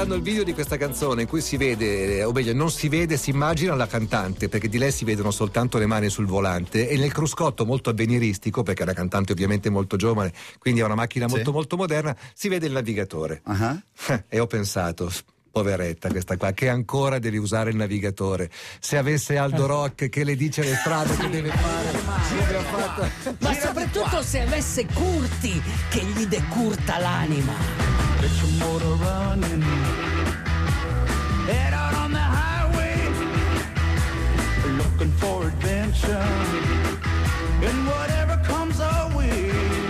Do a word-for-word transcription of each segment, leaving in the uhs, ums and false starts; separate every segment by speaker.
Speaker 1: guardando il video di questa canzone in cui si vede, o meglio non si vede, si immagina la cantante, perché di lei si vedono soltanto le mani sul volante, e nel cruscotto molto avveniristico, perché è una cantante ovviamente molto giovane, quindi ha una macchina molto
Speaker 2: sì.
Speaker 1: molto moderna, si vede il navigatore.
Speaker 2: Uh-huh.
Speaker 1: E ho pensato, poveretta questa qua, che ancora devi usare il navigatore. Se avesse Aldo Rock che le dice le strade che deve fare, come ha fatto.
Speaker 3: Ma soprattutto se avesse Curti che gli decurta l'anima.
Speaker 4: Get your motor running. Head out on the highway, looking for adventure, and whatever comes our way.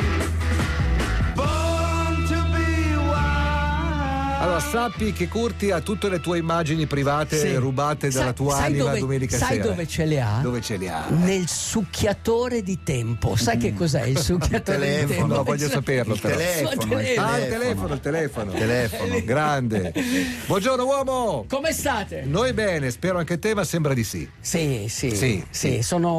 Speaker 4: Born to be wild.
Speaker 1: Allora sappi che Curti ha tutte le tue immagini private
Speaker 3: Sì.
Speaker 1: rubate dalla
Speaker 3: Sai-
Speaker 1: tua
Speaker 3: sai
Speaker 1: anima
Speaker 3: dove-
Speaker 1: domenica
Speaker 3: sai
Speaker 1: sera.
Speaker 3: dove ce le ha?
Speaker 1: Dove ce li ha?
Speaker 3: Nel succhiatore di tempo. Sai che cos'è il succhiatore di
Speaker 2: telefono,
Speaker 3: tempo?
Speaker 1: No, voglio saperlo
Speaker 2: Il
Speaker 1: però.
Speaker 2: telefono, il
Speaker 1: Ah, il
Speaker 2: telefono.
Speaker 1: telefono, il telefono.
Speaker 2: Telefono.
Speaker 1: Grande. Buongiorno uomo.
Speaker 3: Come state?
Speaker 1: Noi bene, spero anche te, ma sembra di sì.
Speaker 3: Sì, sì,
Speaker 1: Sì,
Speaker 3: sì,
Speaker 1: sì.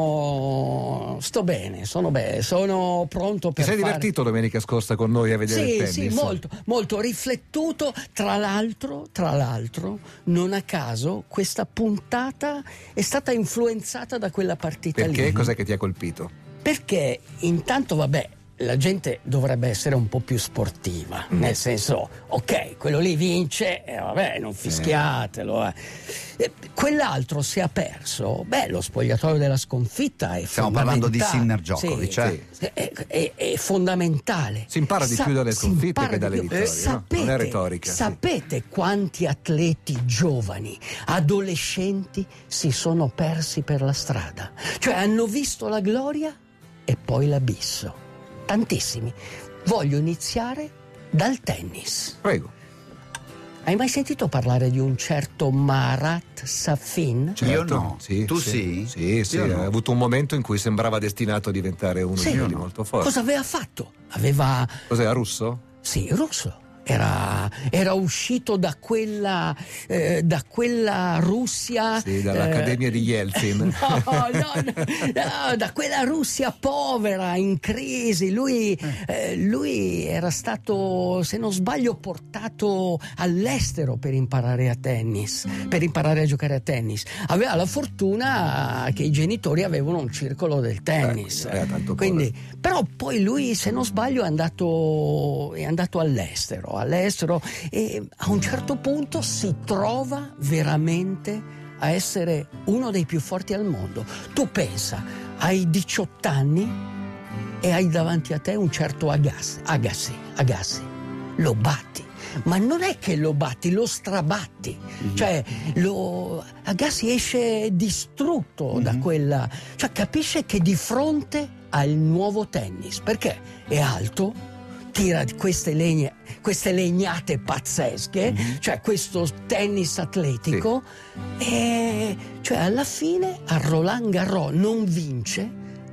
Speaker 3: sono sto bene, sono bene, sono pronto
Speaker 1: Ti
Speaker 3: per
Speaker 1: sei
Speaker 3: fare...
Speaker 1: divertito domenica scorsa con noi a vedere il
Speaker 3: Sì,
Speaker 1: tennis?
Speaker 3: sì, molto, molto riflettuto. Tra l'altro, tra l'altro, non a caso, questa puntata è stata influenzata da quella partita
Speaker 1: Perché?
Speaker 3: lì.
Speaker 1: Cos'è che ti ha colpito?
Speaker 3: Perché intanto, vabbè, la gente dovrebbe essere un po' più sportiva,
Speaker 1: Mm.
Speaker 3: nel senso, ok, quello lì vince, e vabbè, non fischiatelo. Eh. E quell'altro si è perso, beh, lo spogliatoio della sconfitta è
Speaker 2: Stiamo parlando di
Speaker 3: fondamentale.
Speaker 2: Sinner Djokovic,
Speaker 3: Sì,
Speaker 2: eh?
Speaker 3: sì. È, è- è fondamentale.
Speaker 1: Si impara di
Speaker 3: Sa-
Speaker 1: più dalle
Speaker 3: si
Speaker 1: sconfitte
Speaker 3: impara
Speaker 1: che
Speaker 3: di
Speaker 1: dalle
Speaker 3: più.
Speaker 1: vittorie,
Speaker 3: Eh,
Speaker 1: no?
Speaker 3: sapete,
Speaker 1: Non è retorica, sì.
Speaker 3: Sapete quanti atleti giovani, adolescenti, si sono persi per la strada? Cioè hanno visto la gloria e poi l'abisso. Tantissimi. Voglio iniziare dal tennis.
Speaker 1: Prego.
Speaker 3: Hai mai sentito parlare di un certo Marat Safin?
Speaker 2: Io no.
Speaker 1: Sì,
Speaker 2: Tu
Speaker 1: sì?
Speaker 2: sì?
Speaker 1: Sì, sì,
Speaker 2: Io no.
Speaker 1: ha avuto un momento in cui sembrava destinato a diventare uno
Speaker 3: Sì.
Speaker 1: di quelli
Speaker 3: Io no.
Speaker 1: molto forti.
Speaker 3: Cosa aveva fatto? Aveva...
Speaker 1: Cos'era, russo?
Speaker 3: Sì, russo. Era, era uscito da quella, eh, da quella Russia.
Speaker 1: Sì, dall'Accademia
Speaker 3: eh,
Speaker 1: di Yeltsin.
Speaker 3: No, no, no, no, da quella Russia povera, in crisi. Lui, eh, lui era stato, se non sbaglio, portato all'estero per imparare a tennis, per imparare a giocare a tennis. Aveva la fortuna che i genitori avevano un circolo del tennis.
Speaker 1: Eh, era tanto
Speaker 3: Quindi, però poi lui, se non sbaglio, è andato, è andato all'estero, all'estero e a un certo punto si trova veramente a essere uno dei più forti al mondo. Tu pensa, hai diciotto anni e hai davanti a te un certo Agassi, Agassi, Agassi. Lo batti. Ma non è che lo batti, lo strabatti. Mm-hmm. Cioè, lo, Agassi esce distrutto mm-hmm. da quella... Cioè, capisce che di fronte al nuovo tennis, perché è alto, tira queste, legne, queste legnate pazzesche, mm-hmm. cioè questo tennis atletico, sì. E cioè alla fine a Roland Garros non vince,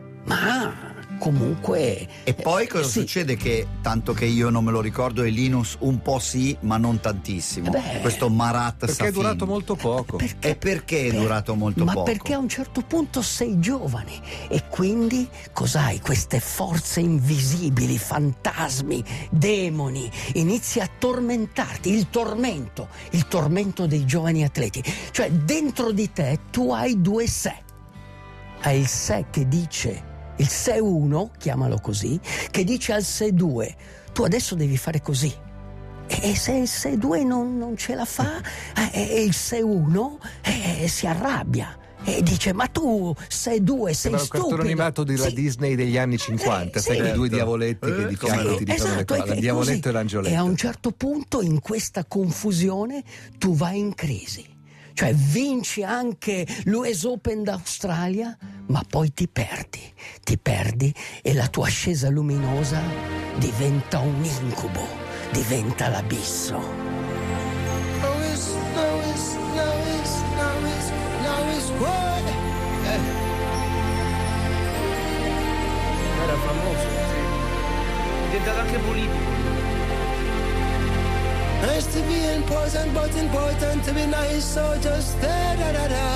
Speaker 3: ma comunque...
Speaker 2: E poi cosa
Speaker 3: sì.
Speaker 2: succede? Che tanto che io non me lo ricordo, e Linus un po' sì, ma non tantissimo.
Speaker 3: Beh,
Speaker 2: questo Marat
Speaker 1: perché
Speaker 2: Safin.
Speaker 1: è durato molto poco.
Speaker 3: Perché,
Speaker 2: e perché è
Speaker 3: per,
Speaker 2: durato molto
Speaker 3: ma
Speaker 2: poco?
Speaker 3: Ma perché a un certo punto sei giovane e quindi cos'hai? Queste forze invisibili, fantasmi, demoni, inizi a tormentarti, il tormento, il tormento dei giovani atleti. Cioè dentro di te tu hai due sé. Hai il sé che dice, il sé uno, chiamalo così, che dice al sé due, tu adesso devi fare così. E se il sé due non, non ce la fa, e il sé uno eh, si arrabbia e dice: ma tu sei due, sei
Speaker 1: Sembra un
Speaker 3: stupido.
Speaker 1: cartone animato della
Speaker 3: sì.
Speaker 1: Disney degli anni cinquanta,
Speaker 3: Eh,
Speaker 1: sai
Speaker 3: sì.
Speaker 1: che i due diavoletti
Speaker 2: Eh,
Speaker 1: che di
Speaker 2: come
Speaker 1: fianco
Speaker 2: no?
Speaker 1: ti dicono le
Speaker 3: Esatto,
Speaker 1: cose,
Speaker 3: è
Speaker 1: il diavoletto
Speaker 3: così.
Speaker 1: e l'angioletto.
Speaker 3: E a un certo punto in questa confusione tu vai in crisi. Cioè vinci anche l'U S Open d'Australia, ma poi ti perdi, ti perdi e la tua ascesa luminosa diventa un incubo, diventa l'abisso.
Speaker 5: Lois, Lois, Lois, Lois, Lois, what?
Speaker 6: Era famoso, sì. È diventato anche politico.
Speaker 5: Nice to be important, but important to be nice, so just da da da da.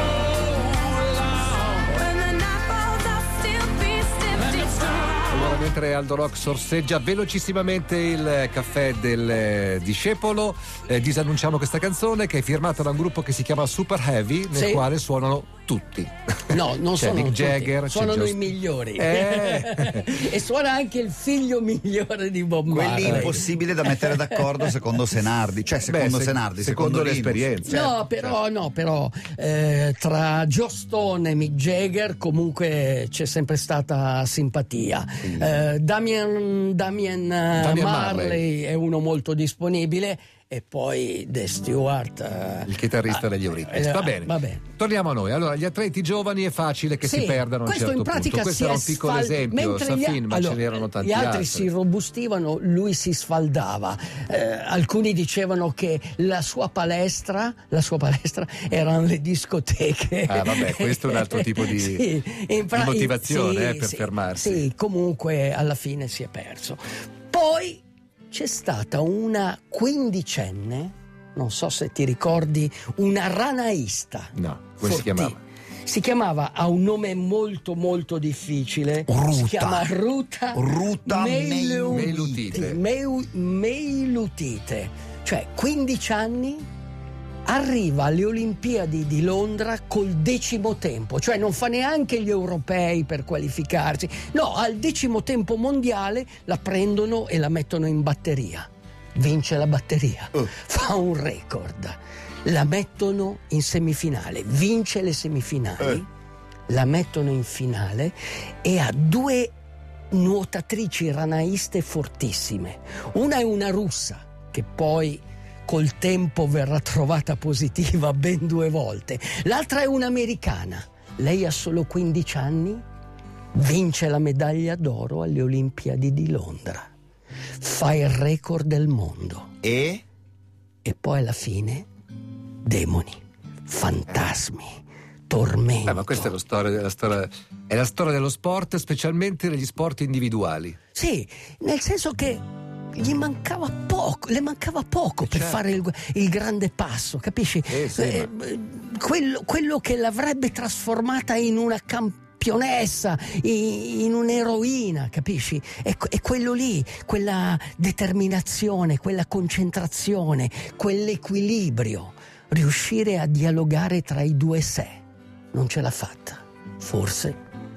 Speaker 1: Veramente mentre Aldo Rock sorseggia velocissimamente il caffè del eh, discepolo, eh, disannunciamo questa canzone che è firmata da un gruppo che si chiama Super Heavy, nel
Speaker 3: sì.
Speaker 1: quale suonano tutti.
Speaker 3: No, non
Speaker 1: c'è
Speaker 3: sono
Speaker 1: Mick
Speaker 3: tutti,
Speaker 1: Jagger,
Speaker 3: suonano
Speaker 1: c'è
Speaker 3: i migliori.
Speaker 1: Eh.
Speaker 3: E suona anche il figlio migliore di Bob Marley.
Speaker 2: Quelli impossibile da mettere d'accordo secondo Senardi, cioè secondo
Speaker 1: Beh, se,
Speaker 2: Senardi,
Speaker 1: secondo,
Speaker 2: secondo
Speaker 1: l'esperienza.
Speaker 2: Certo,
Speaker 3: No, però, certo. no, però eh, tra Joe Stone e Mick Jagger comunque c'è sempre stata simpatia. Mm. Eh, Damian, Damian,
Speaker 1: Damian
Speaker 3: Marley,
Speaker 1: Marley
Speaker 3: è uno molto disponibile. E poi The Stewart, uh,
Speaker 1: il chitarrista
Speaker 3: uh,
Speaker 1: degli Eurythmics.
Speaker 3: uh,
Speaker 1: Va bene.
Speaker 3: va bene.
Speaker 1: Torniamo a noi. Allora, gli atleti giovani è facile che
Speaker 3: sì,
Speaker 1: si perdano a un
Speaker 3: questo
Speaker 1: certo
Speaker 3: in pratica
Speaker 1: punto. Questo
Speaker 3: si
Speaker 1: era un piccolo
Speaker 3: sfal-
Speaker 1: esempio, Safin, ma
Speaker 3: allora,
Speaker 1: ce n'erano tanti
Speaker 3: gli altri.
Speaker 1: altri.
Speaker 3: Si robustivano, lui si sfaldava. Eh, alcuni dicevano che la sua palestra, la sua palestra erano le discoteche.
Speaker 1: Ah, vabbè, questo è un altro tipo di,
Speaker 3: sì, in pra-
Speaker 1: di motivazione
Speaker 3: sì,
Speaker 1: eh, per
Speaker 3: sì,
Speaker 1: fermarsi.
Speaker 3: Sì, comunque alla fine si è perso. Poi c'è stata una quindicenne, non so se ti ricordi, una ranaista.
Speaker 1: No, come si chiamava?
Speaker 3: Si chiamava, ha un nome molto molto difficile.
Speaker 2: Ruta.
Speaker 3: Si chiama Ruta,
Speaker 2: Ruta
Speaker 1: Meilutite.
Speaker 3: Meu- Meilutite. Cioè, quindici anni, arriva alle Olimpiadi di Londra col decimo tempo, cioè non fa neanche gli europei per qualificarsi. No, al decimo tempo mondiale la prendono e la mettono in batteria. Vince la batteria, uh. fa un record, la mettono in semifinale, vince le semifinali, uh. la mettono in finale e ha due nuotatrici ranaiste fortissime. Una è una russa che poi col tempo verrà trovata positiva ben due volte, l'altra è un'americana, lei ha solo quindici anni, vince la medaglia d'oro alle Olimpiadi di Londra. Fa il record del mondo
Speaker 2: e?
Speaker 3: e poi alla fine demoni, fantasmi, tormento.
Speaker 1: Eh, ma questa è la storia, la storia, è la storia dello sport, specialmente negli sport individuali.
Speaker 3: Sì, nel senso che gli mancava poco, le mancava poco
Speaker 1: eh
Speaker 3: per
Speaker 1: certo.
Speaker 3: fare il, il grande passo, capisci?
Speaker 1: Eh, sì,
Speaker 3: eh,
Speaker 1: ma...
Speaker 3: quello, quello che l'avrebbe trasformata in una campionessa, in un'eroina, capisci? È, è quello lì, quella determinazione, quella concentrazione, quell'equilibrio, riuscire a dialogare tra i due sé. Non ce l'ha fatta, forse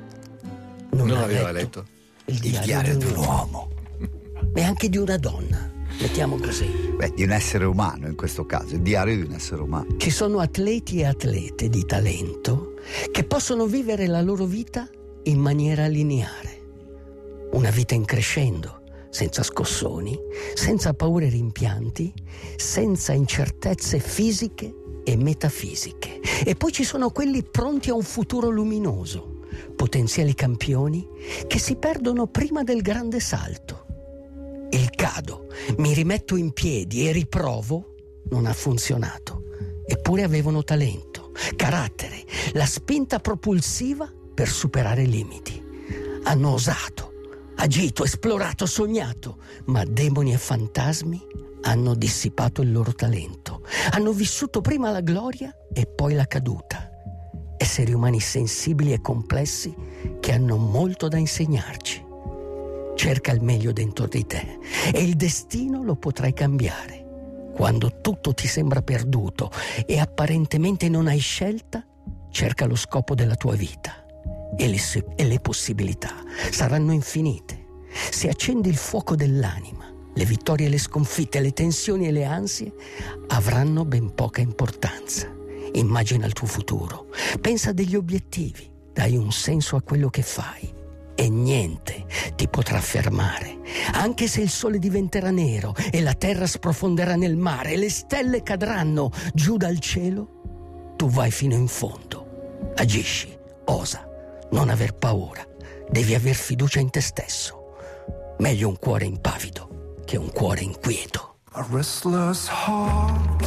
Speaker 3: non,
Speaker 1: non
Speaker 3: ha
Speaker 1: aveva
Speaker 3: letto,
Speaker 1: letto
Speaker 3: il diario,
Speaker 2: il diario di un uomo
Speaker 3: e anche di una donna, mettiamo così.
Speaker 2: Beh, di un essere umano in questo caso, il diario di un essere umano.
Speaker 3: Ci sono atleti e atlete di talento che possono vivere la loro vita in maniera lineare. Una vita in crescendo, senza scossoni, senza paure e rimpianti, senza incertezze fisiche e metafisiche. E poi ci sono quelli pronti a un futuro luminoso, potenziali campioni che si perdono prima del grande salto. Il cado, mi rimetto in piedi e riprovo, non ha funzionato. Eppure avevano talento, carattere, la spinta propulsiva per superare i limiti. Hanno osato, agito, esplorato, sognato, ma demoni e fantasmi hanno dissipato il loro talento. Hanno vissuto prima la gloria e poi la caduta. Esseri umani sensibili e complessi che hanno molto da insegnarci. Cerca il meglio dentro di te e il destino lo potrai cambiare. Quando tutto ti sembra perduto e apparentemente non hai scelta, cerca lo scopo della tua vita e le, e le possibilità saranno infinite. Se accendi il fuoco dell'anima, le vittorie e le sconfitte, le tensioni e le ansie avranno ben poca importanza. Immagina il tuo futuro, pensa a degli obiettivi, dai un senso a quello che fai. E niente ti potrà fermare, anche se il sole diventerà nero e la terra sprofonderà nel mare e le stelle cadranno giù dal cielo, tu vai fino in fondo, agisci, osa, non aver paura, devi aver fiducia in te stesso. Meglio un cuore impavido che un cuore inquieto.
Speaker 7: A restless heart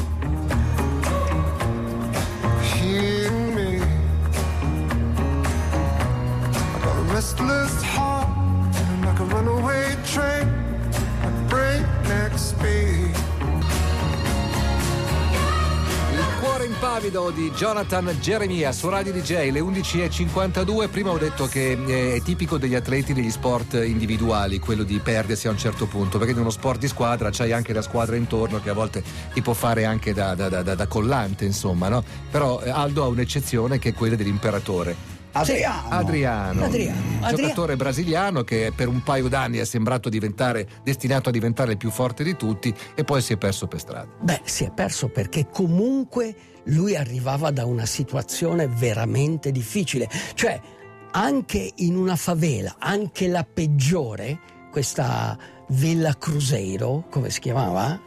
Speaker 7: hearing me, a restless heart like a runaway train at breakneck speed.
Speaker 1: Il cuore impavido Shadow di Jonathan Jeremiah su Radio D J, le undici e cinquantadue. Prima ho detto che è tipico degli atleti degli sport individuali quello di perdersi a un certo punto, perché in uno sport di squadra c'hai anche la squadra intorno che a volte ti può fare anche da, da, da, da collante, insomma, no? Però Aldo ha un'eccezione che è quella dell'imperatore.
Speaker 2: Adriano.
Speaker 1: Adriano,
Speaker 3: Adriano.
Speaker 1: giocatore
Speaker 3: Adriano.
Speaker 1: brasiliano che per un paio d'anni è sembrato diventare destinato a diventare il più forte di tutti e poi si è perso per strada.
Speaker 3: Beh, si è perso perché comunque lui arrivava da una situazione veramente difficile, cioè anche in una favela, anche la peggiore, questa Villa Cruzeiro, come si chiamava?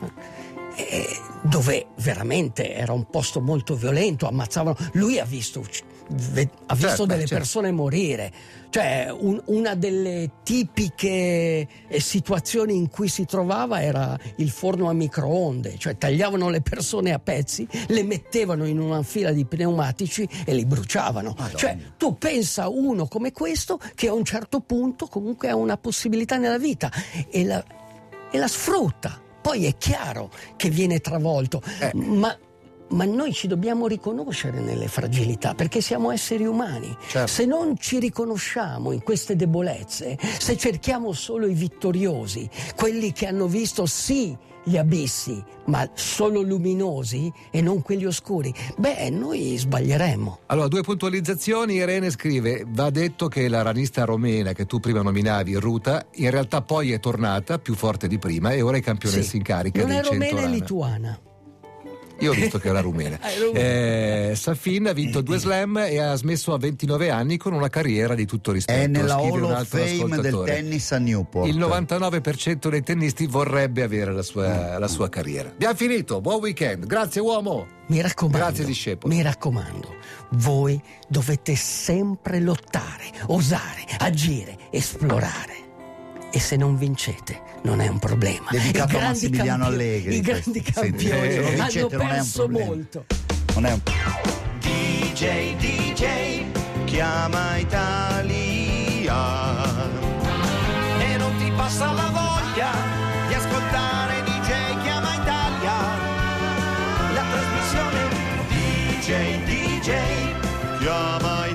Speaker 3: Eh, dove veramente era un posto molto violento, ammazzavano, lui ha visto ha visto
Speaker 1: certo,
Speaker 3: delle
Speaker 1: certo.
Speaker 3: persone morire, cioè un, una delle tipiche situazioni in cui si trovava era il forno a microonde, cioè tagliavano le persone a pezzi, le mettevano in una fila di pneumatici e li bruciavano.
Speaker 2: Madonna.
Speaker 3: Cioè tu pensa a uno come questo che a un certo punto comunque ha una possibilità nella vita e la, e la sfrutta. Poi è chiaro che viene travolto,
Speaker 1: eh.
Speaker 3: ma, ma noi ci dobbiamo riconoscere nelle fragilità, perché siamo esseri umani.
Speaker 1: Certo.
Speaker 3: Se non ci riconosciamo in queste debolezze, se cerchiamo solo i vittoriosi, quelli che hanno visto sì gli abissi, ma solo luminosi e non quelli oscuri, beh, noi sbaglieremmo.
Speaker 1: Allora, due puntualizzazioni. Irene scrive: va detto che la ranista romena che tu prima nominavi, Ruta, in realtà poi è tornata più forte di prima e ora è campionessa
Speaker 3: Sì.
Speaker 1: in carica
Speaker 3: Non
Speaker 1: dei
Speaker 3: è romena, è
Speaker 1: cento rana.
Speaker 3: lituana.
Speaker 1: Io ho visto che era rumena. eh, Safin ha vinto due slam e ha smesso a ventinove anni con una carriera di tutto rispetto.
Speaker 2: È nella
Speaker 1: Scrive
Speaker 2: Hall
Speaker 1: un
Speaker 2: of
Speaker 1: altro
Speaker 2: Fame del
Speaker 1: ascoltatore.
Speaker 2: tennis a Newport.
Speaker 1: Il novantanove per cento dei tennisti vorrebbe avere la sua, la sua carriera. Abbiamo finito, buon weekend. Grazie uomo.
Speaker 3: Mi raccomando,
Speaker 1: Grazie discepolo.
Speaker 3: mi raccomando, voi dovete sempre lottare, osare, agire, esplorare. E se non vincete non è un problema.
Speaker 2: Dedicato
Speaker 3: I
Speaker 2: a
Speaker 3: grandi
Speaker 2: Massimiliano
Speaker 3: campioni-
Speaker 2: Allegri.
Speaker 3: I grandi
Speaker 2: questo. Sì,
Speaker 3: campioni
Speaker 2: se non
Speaker 3: hanno
Speaker 2: vincete non è un
Speaker 3: perso
Speaker 2: problema.
Speaker 3: molto.
Speaker 2: Non è un
Speaker 8: D J, D J, chiama Italia. E non ti passa la voglia di ascoltare D J Chiama Italia. La trasmissione D J, D J, chiama